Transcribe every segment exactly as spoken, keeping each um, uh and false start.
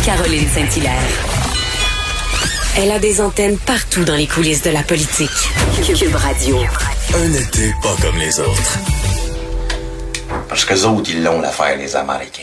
Caroline Saint-Hilaire. Elle a des antennes partout dans les coulisses de la politique. Cube Radio. Un été pas comme les autres. Parce que les autres, ils l'ont l'affaire, les Américains.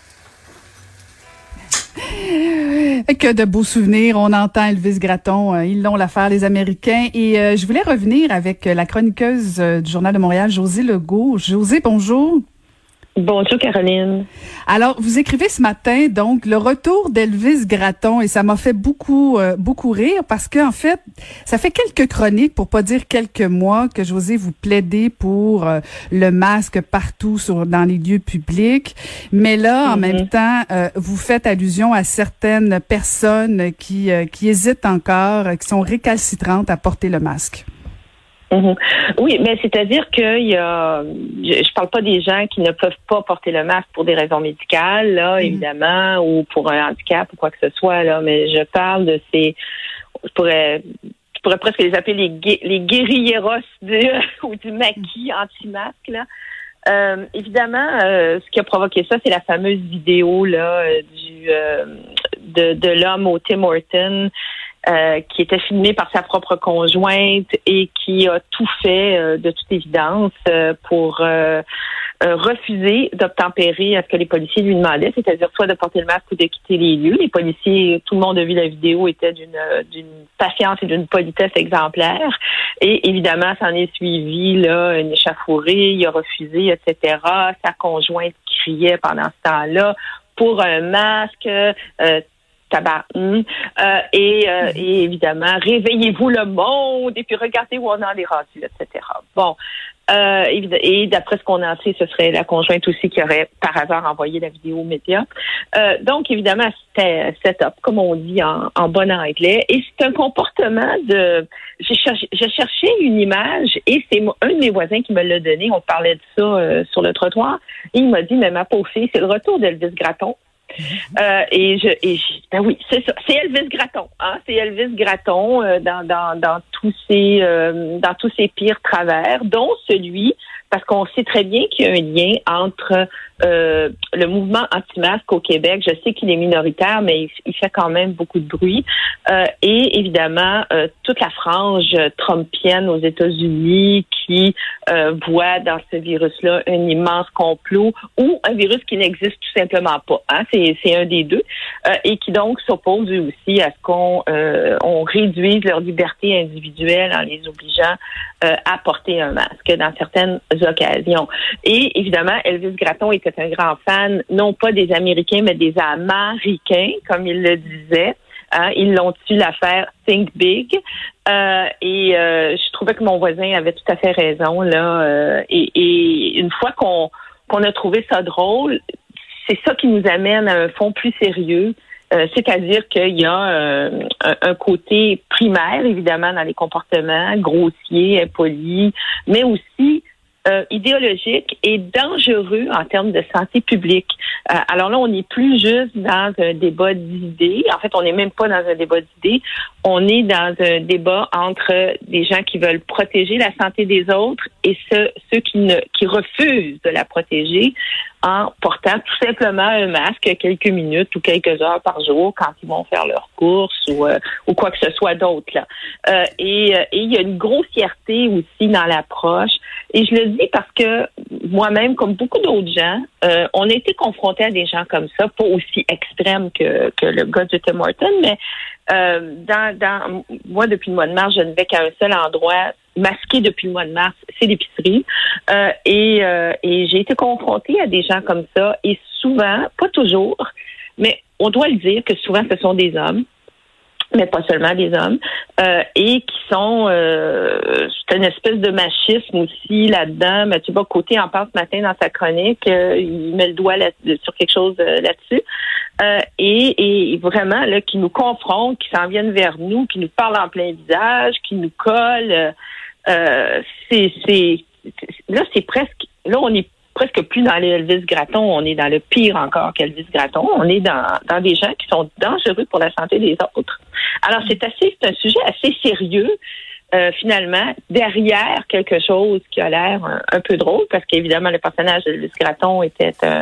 Que de beaux souvenirs. On entend Elvis Gratton. Euh, ils l'ont l'affaire, les Américains. Et euh, je voulais revenir avec la chroniqueuse euh, du Journal de Montréal, Josée Legault. Josée, bonjour. Bonjour Caroline. Alors, vous écrivez ce matin, donc, le retour d'Elvis Gratton, et ça m'a fait beaucoup, euh, beaucoup rire parce que, en fait, ça fait quelques chroniques, pour pas dire quelques mois, que Josée vous plaidez pour euh, le masque partout sur dans les lieux publics. Mais là, en mm-hmm. même temps, euh, vous faites allusion à certaines personnes qui, euh, qui hésitent encore, qui sont récalcitrantes à porter le masque. Mm-hmm. Oui, mais c'est-à-dire qu'il y a, je, je parle pas des gens qui ne peuvent pas porter le masque pour des raisons médicales, là, mm-hmm. évidemment, ou pour un handicap ou quoi que ce soit, là, mais je parle de ces, je pourrais, je pourrais presque les appeler les, les guérilleros du, ou du maquis anti-masque, là. Euh, évidemment, euh, ce qui a provoqué ça, c'est la fameuse vidéo, là, du, euh, de, de l'homme au Tim Hortons, Euh, qui était filmé par sa propre conjointe et qui a tout fait, euh, de toute évidence, euh, pour euh, euh, refuser d'obtempérer à ce que les policiers lui demandaient, c'est-à-dire soit de porter le masque ou de quitter les lieux. Les policiers, tout le monde a vu la vidéo, étaient d'une, d'une patience et d'une politesse exemplaire. Et évidemment, ça en est suivi là une échauffourée, il a refusé, et cetera. Sa conjointe criait pendant ce temps-là pour un masque, euh, tabac. Hum. Euh, et, euh, et évidemment, réveillez-vous le monde et puis regardez où on en est rendu, et cetera. Bon, euh, et d'après ce qu'on en sait, ce serait la conjointe aussi qui aurait par hasard envoyé la vidéo aux médias. Euh, donc, évidemment, c'était set-up, comme on dit en, en bon anglais. Et c'est un comportement de... J'ai cherché, j'ai cherché une image et c'est un de mes voisins qui me l'a donné. On parlait de ça euh, sur le trottoir. Et il m'a dit, mais ma pauvre fille, c'est le retour d'Elvis Gratton. Euh, et je, et je, ben oui, c'est ça, c'est Elvis Gratton, hein, c'est Elvis Gratton euh, dans dans dans tous ses euh, dans tous ses pires travers, dont celui parce qu'on sait très bien qu'il y a un lien entre euh, le mouvement anti-masque au Québec. Je sais qu'il est minoritaire, mais il, il fait quand même beaucoup de bruit. Euh, et évidemment, euh, toute la frange trumpienne aux États-Unis qui euh, voit dans ce virus-là un immense complot ou un virus qui n'existe tout simplement pas. Hein? C'est, c'est un des deux. Euh, et qui donc s'oppose aussi à ce qu'on euh, on réduise leur liberté individuelle en les obligeant euh, à porter un masque dans certaines occasions. Et évidemment, Elvis Gratton était un grand fan, non pas des Américains, mais des Américains, comme il le disait. Hein, ils l'ont tué l'affaire Think Big. Euh, et euh, je trouvais que mon voisin avait tout à fait raison, là. Euh, et, et une fois qu'on, qu'on a trouvé ça drôle, c'est ça qui nous amène à un fond plus sérieux. Euh, c'est-à-dire qu'il y a euh, un, un côté primaire, évidemment, dans les comportements, grossiers, impolis, mais aussi Euh, idéologique et dangereux en termes de santé publique. Euh, alors là, on n'est plus juste dans un débat d'idées. En fait, on n'est même pas dans un débat d'idées. On est dans un débat entre des gens qui veulent protéger la santé des autres et ceux, ceux qui ne qui refusent de la protéger en portant tout simplement un masque quelques minutes ou quelques heures par jour quand ils vont faire leurs courses ou, euh, ou quoi que ce soit d'autre, là. Euh, et, et il y a une grossièreté aussi dans l'approche. Et je le dis parce que moi-même, comme beaucoup d'autres gens, euh, on a été confrontés à des gens comme ça, pas aussi extrêmes que, que le gars de Tim Hortons, mais euh, dans, dans moi, depuis le mois de mars, je ne vais qu'à un seul endroit, masqué depuis le mois de mars, c'est l'épicerie. Euh, et, euh, et j'ai été confrontée à des gens comme ça, et souvent, pas toujours, mais on doit le dire que souvent, ce sont des hommes, mais pas seulement des hommes, euh, et qui sont, euh, c'est une espèce de machisme aussi là-dedans. Mathieu Bocoté en parle ce matin dans sa chronique, euh, il met le doigt là, sur quelque chose euh, là-dessus, euh, et, et vraiment là, qui nous confrontent, qui s'en viennent vers nous, qui nous parlent en plein visage, qui nous collent. Euh, c'est, c'est, c'est, là, c'est presque, là, on est presque plus dans les Elvis Gratton, on est dans le pire encore qu'Elvis Gratton. On est dans, dans des gens qui sont dangereux pour la santé des autres. Alors, c'est assez, c'est un sujet assez sérieux, euh, finalement, derrière quelque chose qui a l'air un, un peu drôle, parce qu'évidemment, le personnage d'Elvis Gratton était un,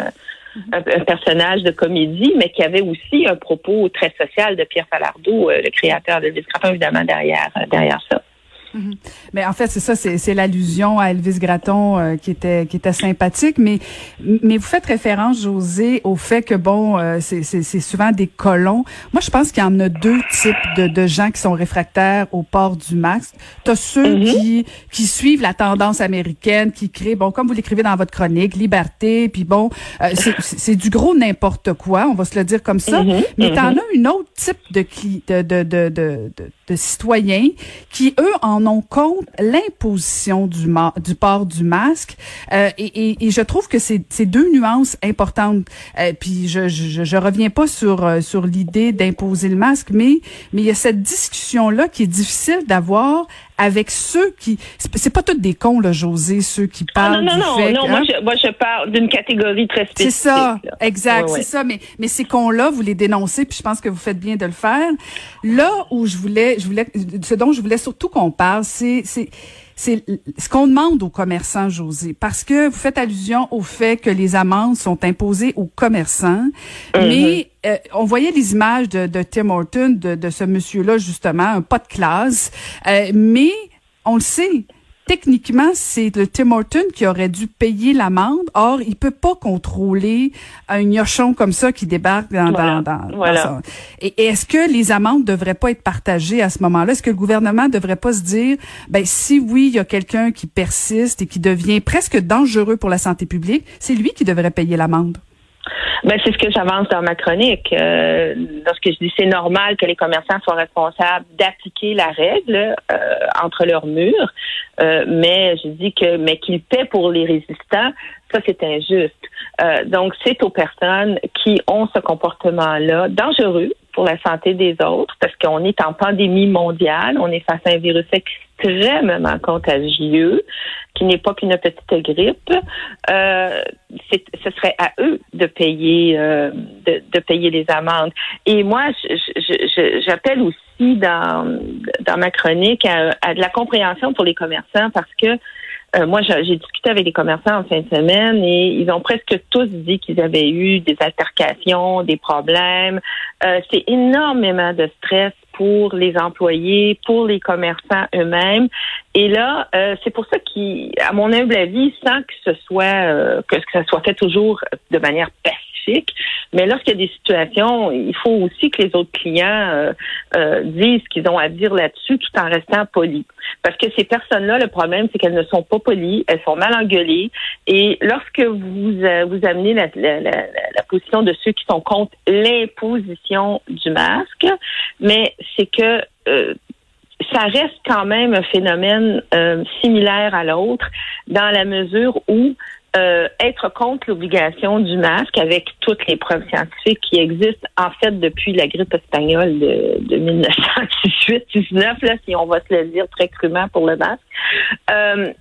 un, un personnage de comédie, mais qui avait aussi un propos très social de Pierre Falardeau, euh, le créateur d'Elvis Gratton, évidemment, derrière, derrière ça. Mm-hmm. Mais en fait, c'est ça, c'est, c'est l'allusion à Elvis Gratton euh, qui était qui était sympathique. Mais mais vous faites référence, Josée, au fait que bon, euh, c'est, c'est c'est souvent des colons. Moi, je pense qu'il y en a deux types de de gens qui sont réfractaires au port du masque. T'as ceux mm-hmm. qui qui suivent la tendance américaine, qui créent, bon, comme vous l'écrivez dans votre chronique, liberté, puis bon, euh, c'est c'est du gros n'importe quoi. On va se le dire comme ça. Mm-hmm. Mais mm-hmm. t'en as une autre type de de de de de, de, de citoyens qui eux en on compte l'imposition du, ma- du port du masque euh, et, et, et je trouve que c'est, c'est deux nuances importantes. Euh, puis je, je je reviens pas sur euh, sur l'idée d'imposer le masque, mais mais il y a cette discussion là qui est difficile d'avoir avec ceux qui c'est, c'est pas tous des cons là, Josée, ceux qui parlent ah, non, non, du fait non, que, non, hein? moi je moi je parle d'une catégorie très spécifique. C'est ça, là. exact, ouais, ouais. c'est ça. Mais mais ces cons-là, vous les dénoncez, puis je pense que vous faites bien de le faire. Là où je voulais, je voulais, ce dont je voulais surtout qu'on parle, c'est c'est c'est ce qu'on demande aux commerçants, Josée, parce que vous faites allusion au fait que les amendes sont imposées aux commerçants, mm-hmm. mais euh, on voyait les images de, de Tim Horton, de, de ce monsieur-là justement, un pas de classe, euh, mais on le sait. Techniquement, c'est le Tim Horton qui aurait dû payer l'amende. Or, il peut pas contrôler un gnochon comme ça qui débarque dans, voilà. dans, dans, voilà. dans son... Et, et est-ce que les amendes devraient pas être partagées à ce moment-là? Est-ce que le gouvernement devrait pas se dire, ben, si oui, il y a quelqu'un qui persiste et qui devient presque dangereux pour la santé publique, c'est lui qui devrait payer l'amende? Ben, c'est ce que j'avance dans ma chronique. Euh, lorsque je dis c'est normal que les commerçants soient responsables d'appliquer la règle euh, entre leurs murs, euh, mais je dis que mais qu'ils paient pour les résistants, ça c'est injuste. Euh, donc c'est aux personnes qui ont ce comportement-là dangereux pour la santé des autres, parce qu'on est en pandémie mondiale, on est face à un virus extrêmement contagieux, qui n'est pas qu'une petite grippe. Euh, c'est, ce serait à eux de payer, euh, de, de payer les amendes. Et moi, je, je, je, j'appelle aussi dans dans ma chronique à, à de la compréhension pour les commerçants, parce que Euh, moi, j'ai, j'ai discuté avec des commerçants en fin de semaine et ils ont presque tous dit qu'ils avaient eu des altercations, des problèmes. Euh, c'est énormément de stress pour les employés, pour les commerçants eux-mêmes. Et là, euh, c'est pour ça qu'à mon humble avis, sans que ce soit euh, que, que ça soit fait toujours de manière pacifique, mais lorsqu'il y a des situations, il faut aussi que les autres clients euh, euh, disent ce qu'ils ont à dire là-dessus, tout en restant polis. Parce que ces personnes-là, le problème, c'est qu'elles ne sont pas polies, elles sont mal engueulées. Et lorsque vous euh, vous amenez la, la, la, la position de ceux qui sont contre l'imposition du masque, mais c'est que euh, ça reste quand même un phénomène euh, similaire à l'autre, dans la mesure où Euh, être contre l'obligation du masque, avec toutes les preuves scientifiques qui existent, en fait, depuis la grippe espagnole de, de dix-neuf cent dix-huit dix-neuf, là, si on va se le dire très crûment pour le masque, euh,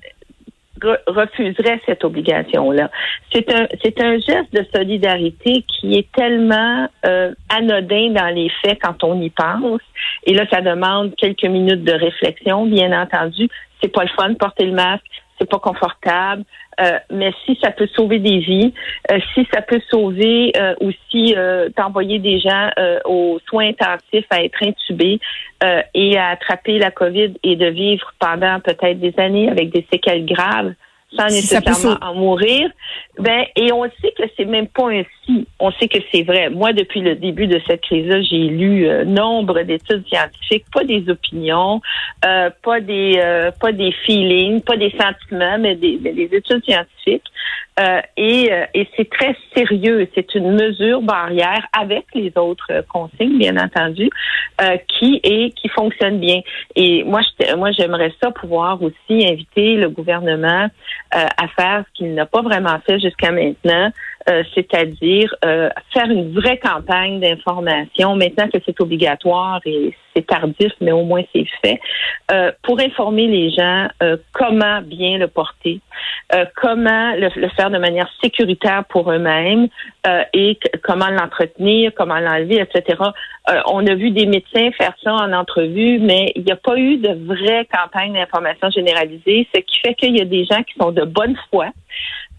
re- refuserait cette obligation-là. C'est un, c'est un geste de solidarité qui est tellement euh, anodin dans les faits quand on y pense. Et là, ça demande quelques minutes de réflexion, bien entendu. C'est pas le fun de porter le masque. C'est pas confortable, euh, mais si ça peut sauver des vies, euh, si ça peut sauver euh, aussi euh, d'envoyer des gens euh, aux soins intensifs à être intubés euh, et à attraper la COVID et de vivre pendant peut-être des années avec des séquelles graves sans si nécessairement en mourir, ben et on sait que c'est même pas un si, on sait que c'est vrai. Moi, depuis le début de cette crise-là, j'ai lu euh, nombre d'études scientifiques, pas des opinions, euh, pas des euh, pas des feelings, pas des sentiments, mais des, mais des études scientifiques. Euh, et, euh, et c'est très sérieux. C'est une mesure barrière avec les autres euh, consignes, bien entendu, euh, qui est qui fonctionne bien. Et moi, je, moi, j'aimerais ça pouvoir aussi inviter le gouvernement euh, à faire ce qu'il n'a pas vraiment fait jusqu'à maintenant, euh, c'est-à-dire euh, faire une vraie campagne d'information. Maintenant que c'est obligatoire et c'est tardif, mais au moins c'est fait, euh, pour informer les gens euh, comment bien le porter, euh, comment le, le faire de manière sécuritaire pour eux-mêmes euh, et c- comment l'entretenir, comment l'enlever, et cetera. Euh, on a vu des médecins faire ça en entrevue, mais il n'y a pas eu de vraie campagne d'information généralisée, ce qui fait qu'il y a des gens qui sont de bonne foi,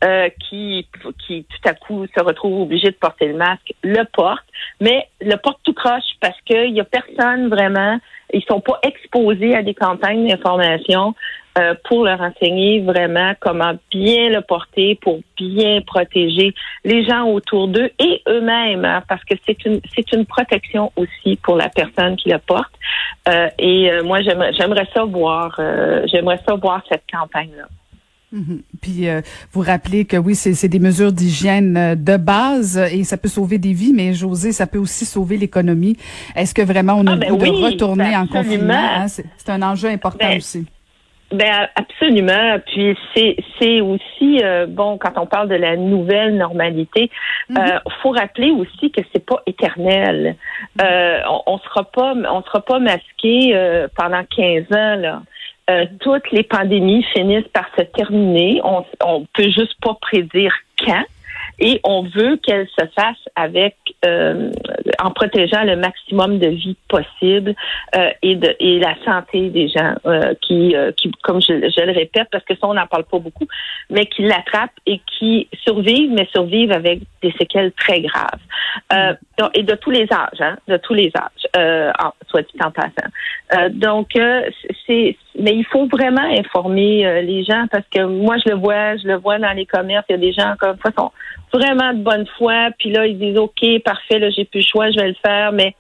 euh, qui, qui tout à coup se retrouvent obligés de porter le masque, le portent, mais le portent tout croche parce qu'il y a personne vraiment, ils sont pas exposés à des campagnes d'information euh, pour leur enseigner vraiment comment bien le porter pour bien protéger les gens autour d'eux et eux-mêmes, hein, parce que c'est une c'est une protection aussi pour la personne qui le porte. Euh, et euh, moi, j'aimerais, j'aimerais ça voir, euh, j'aimerais ça voir cette campagne-là. Mm-hmm. Puis euh, vous rappelez que oui, c'est, c'est des mesures d'hygiène euh, de base et ça peut sauver des vies, mais Josée, ça peut aussi sauver l'économie. Est-ce que vraiment on a ah, le ben goût oui, de retourner ben en confinement? Hein? C'est, c'est un enjeu important ben, aussi. Ben absolument. Puis c'est c'est aussi euh, bon quand on parle de la nouvelle normalité, il mm-hmm. euh, faut rappeler aussi que c'est pas éternel. Mm-hmm. Euh, on, on sera pas on sera pas masqué euh, pendant quinze ans là. Euh, toutes les pandémies finissent par se terminer. On on peut juste pas prédire quand. Et on veut qu'elle se fasse avec euh, en protégeant le maximum de vie possible euh, et de et la santé des gens euh, qui euh, qui comme je, je le répète parce que ça on n'en parle pas beaucoup, mais qui l'attrapent et qui survivent mais survivent avec des séquelles très graves euh, donc, et de tous les âges, hein, de tous les âges, euh, en, soit dit en passant. Euh, donc euh, c'est mais il faut vraiment informer euh, les gens parce que moi je le vois, je le vois dans les commerces, il y a des gens comme fois sont vraiment de bonne foi, puis là ils disent ok parfait là j'ai plus le choix, je vais le faire, mais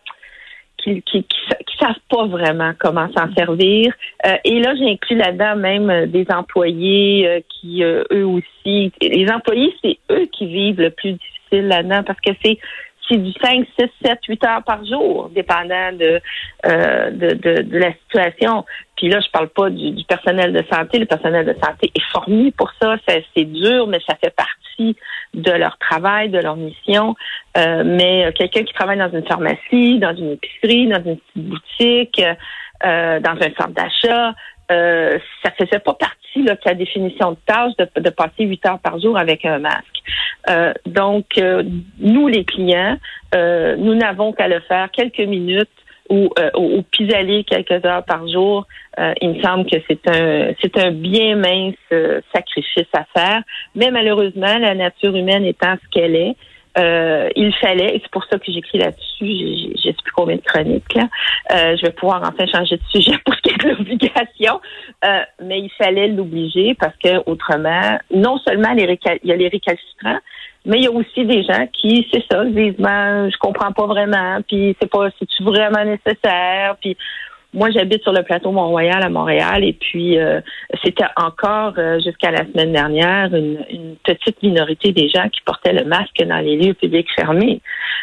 qui qui, qui, qui savent pas vraiment comment s'en servir. Euh, et là j'inclus là-dedans même euh, des employés euh, qui euh, eux aussi, les employés c'est eux qui vivent le plus difficile là-dedans parce que c'est c'est du cinq, six, sept, huit heures par jour, dépendant de, euh, de, de, de la situation. Puis là, je parle pas du, du personnel de santé. Le personnel de santé est formé pour ça. ça. C'est dur, mais ça fait partie de leur travail, de leur mission. Euh, mais quelqu'un qui travaille dans une pharmacie, dans une épicerie, dans une petite boutique, euh, dans un centre d'achat, euh, ça faisait pas partie là, de sa définition de tâche de, de passer huit heures par jour avec un masque. Euh, donc, euh, nous, les clients, euh, nous n'avons qu'à le faire quelques minutes ou, euh, ou pis-aller quelques heures par jour. Euh, il me semble que c'est un c'est un bien mince euh, sacrifice à faire. Mais malheureusement, la nature humaine étant ce qu'elle est, Euh, il fallait, et c'est pour ça que j'écris là-dessus, j'ai, j'ai, je sais plus combien de chroniques, là. Euh, je vais pouvoir enfin changer de sujet pour qu'il y ait de l'obligation, euh, mais il fallait l'obliger parce que autrement, non seulement les récal- il y a les récalcitrants, mais il y a aussi des gens qui, c'est ça, disent, ben, je comprends pas vraiment, puis c'est pas, c'est-tu vraiment nécessaire, puis moi, j'habite sur le plateau Mont-Royal à Montréal et puis euh, c'était encore euh, jusqu'à la semaine dernière une, une petite minorité des gens qui portaient le masque dans les lieux publics fermés.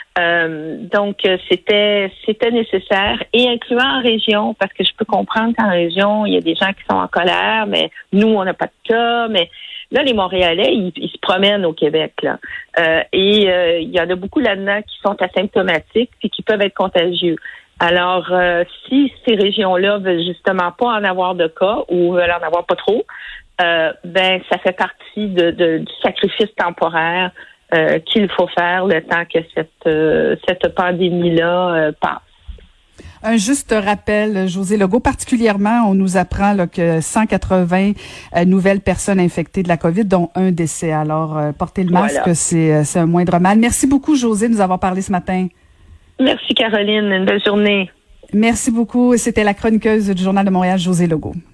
Euh, donc, c'était c'était nécessaire et incluant en région parce que je peux comprendre qu'en région, il y a des gens qui sont en colère, mais nous, on n'a pas de cas, mais là, les Montréalais, ils, ils se promènent au Québec, là. Euh, et euh, il y en a beaucoup là-dedans qui sont asymptomatiques et qui peuvent être contagieux. Alors, euh, si ces régions-là veulent justement pas en avoir de cas ou veulent en avoir pas trop, euh, ben ça fait partie de, de, du sacrifice temporaire euh, qu'il faut faire le temps que cette euh, cette pandémie-là euh, passe. Un juste rappel, Josée Legault, particulièrement, on nous apprend là, que cent quatre-vingts euh, nouvelles personnes infectées de la COVID, dont un décès. Alors, euh, porter le masque, voilà. c'est, c'est un moindre mal. Merci beaucoup, Josée, de nous avoir parlé ce matin. Merci, Caroline. Une belle journée. Merci beaucoup. C'était la chroniqueuse du Journal de Montréal, Josée Legault.